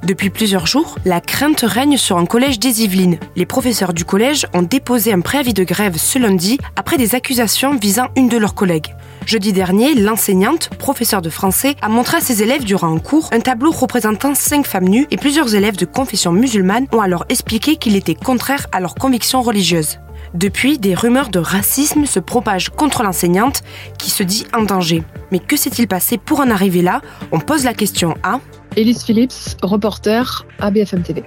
Depuis plusieurs jours, la crainte règne sur un collège des Yvelines. Les professeurs du collège ont déposé un préavis de grève ce lundi après des accusations visant une de leurs collègues. Jeudi dernier, l'enseignante, professeure de français, a montré à ses élèves durant un cours un tableau représentant 5 femmes nues et plusieurs élèves de confession musulmane ont alors expliqué qu'il était contraire à leurs convictions religieuses. Depuis, des rumeurs de racisme se propagent contre l'enseignante qui se dit en danger. Mais que s'est-il passé pour en arriver là ? On pose la question à Élise Phillips, reporter à BFM TV.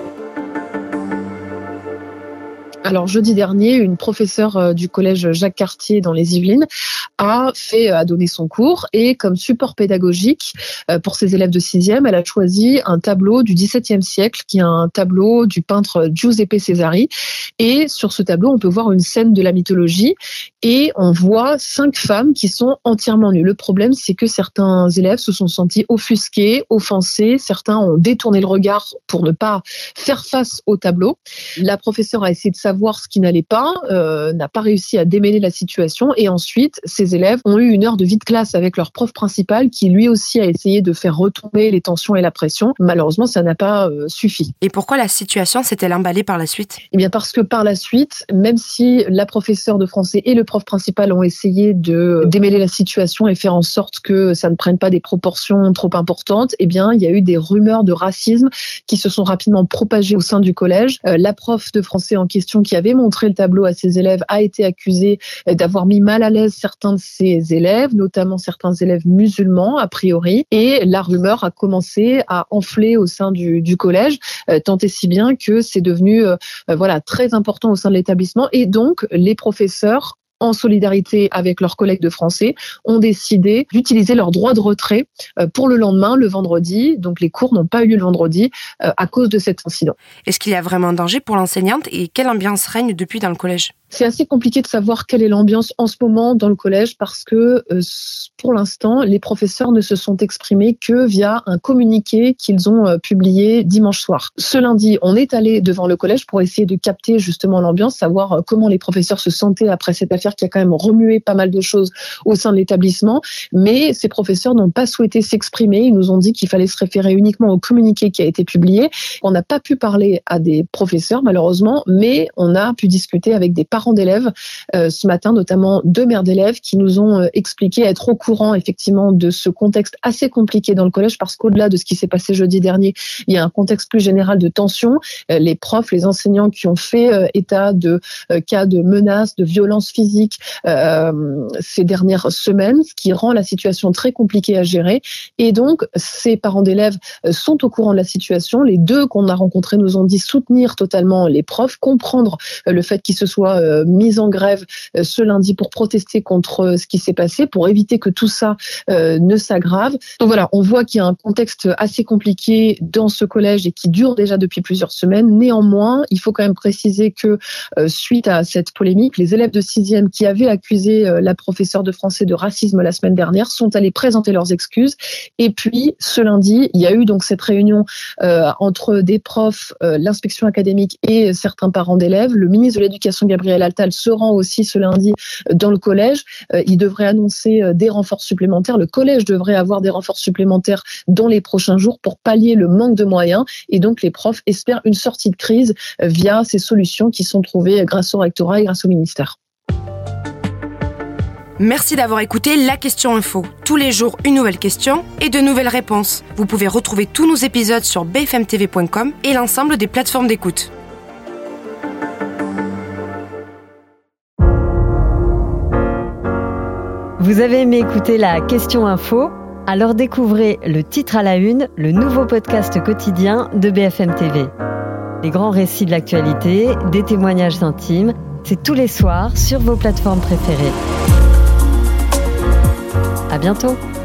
Alors, jeudi dernier, une professeure du collège Jacques Cartier dans les Yvelines a donné son cours et comme support pédagogique pour ses élèves de 6e, elle a choisi un tableau du XVIIe siècle qui est un tableau du peintre Giuseppe Cesari. Et sur ce tableau, on peut voir une scène de la mythologie et on voit 5 femmes qui sont entièrement nues. Le problème, c'est que certains élèves se sont sentis offusqués, offensés. Certains ont détourné le regard pour ne pas faire face au tableau. La professeure a essayé de savoir ce qui n'allait pas, n'a pas réussi à démêler la situation et ensuite, ces élèves ont eu une heure de vie de classe avec leur prof principal qui lui aussi a essayé de faire retomber les tensions et la pression. Malheureusement, ça n'a pas suffi. Et pourquoi la situation s'est-elle emballée par la suite ? Eh bien parce que par la suite, même si la professeure de français et le prof principal ont essayé de démêler la situation et faire en sorte que ça ne prenne pas des proportions trop importantes, eh bien il y a eu des rumeurs de racisme qui se sont rapidement propagées au sein du collège. La prof de français en question qui avait montré le tableau à ses élèves a été accusée d'avoir mis mal à l'aise certains de ses élèves, notamment certains élèves musulmans a priori, et la rumeur a commencé à enfler au sein du collège, tant et si bien que c'est devenu très important au sein de l'établissement et donc les professeurs en solidarité avec leurs collègues de français, ont décidé d'utiliser leur droit de retrait pour le lendemain, le vendredi. Donc les cours n'ont pas eu lieu le vendredi à cause de cet incident. Est-ce qu'il y a vraiment un danger pour l'enseignante et quelle ambiance règne depuis dans le collège ? C'est assez compliqué de savoir quelle est l'ambiance en ce moment dans le collège parce que pour l'instant, les professeurs ne se sont exprimés que via un communiqué qu'ils ont publié dimanche soir. Ce lundi, on est allé devant le collège pour essayer de capter justement l'ambiance, savoir comment les professeurs se sentaient après cette affaire qui a quand même remué pas mal de choses au sein de l'établissement. Mais ces professeurs n'ont pas souhaité s'exprimer. Ils nous ont dit qu'il fallait se référer uniquement au communiqué qui a été publié. On n'a pas pu parler à des professeurs malheureusement, mais on a pu discuter avec des parents d'élèves ce matin, notamment 2 mères d'élèves qui nous ont expliqué être au courant effectivement de ce contexte assez compliqué dans le collège parce qu'au-delà de ce qui s'est passé jeudi dernier, il y a un contexte plus général de tension. Les profs, les enseignants qui ont fait état de cas de menaces, de violences physiques ces dernières semaines, ce qui rend la situation très compliquée à gérer. Et donc, ces parents d'élèves sont au courant de la situation. Les 2 qu'on a rencontrés nous ont dit soutenir totalement les profs, comprendre le fait qu'ils se soient mis en grève ce lundi pour protester contre ce qui s'est passé, pour éviter que tout ça ne s'aggrave. Donc voilà, on voit qu'il y a un contexte assez compliqué dans ce collège et qui dure déjà depuis plusieurs semaines. Néanmoins, il faut quand même préciser que suite à cette polémique, les élèves de 6e qui avaient accusé la professeure de français de racisme la semaine dernière sont allés présenter leurs excuses. Et puis, ce lundi, il y a eu donc cette réunion entre des profs, l'inspection académique et certains parents d'élèves. Le ministre de l'Éducation, Gabriel Attal, se rend aussi ce lundi dans le collège. Il devrait annoncer des renforts supplémentaires. Le collège devrait avoir des renforts supplémentaires dans les prochains jours pour pallier le manque de moyens. Et donc, les profs espèrent une sortie de crise via ces solutions qui sont trouvées grâce au rectorat et grâce au ministère. Merci d'avoir écouté La Question Info. Tous les jours, une nouvelle question et de nouvelles réponses. Vous pouvez retrouver tous nos épisodes sur bfmtv.com et l'ensemble des plateformes d'écoute. Vous avez aimé écouter La Question Info ? Alors découvrez Le Titre à la Une, le nouveau podcast quotidien de BFM TV. Les grands récits de l'actualité, des témoignages intimes, c'est tous les soirs sur vos plateformes préférées. À bientôt.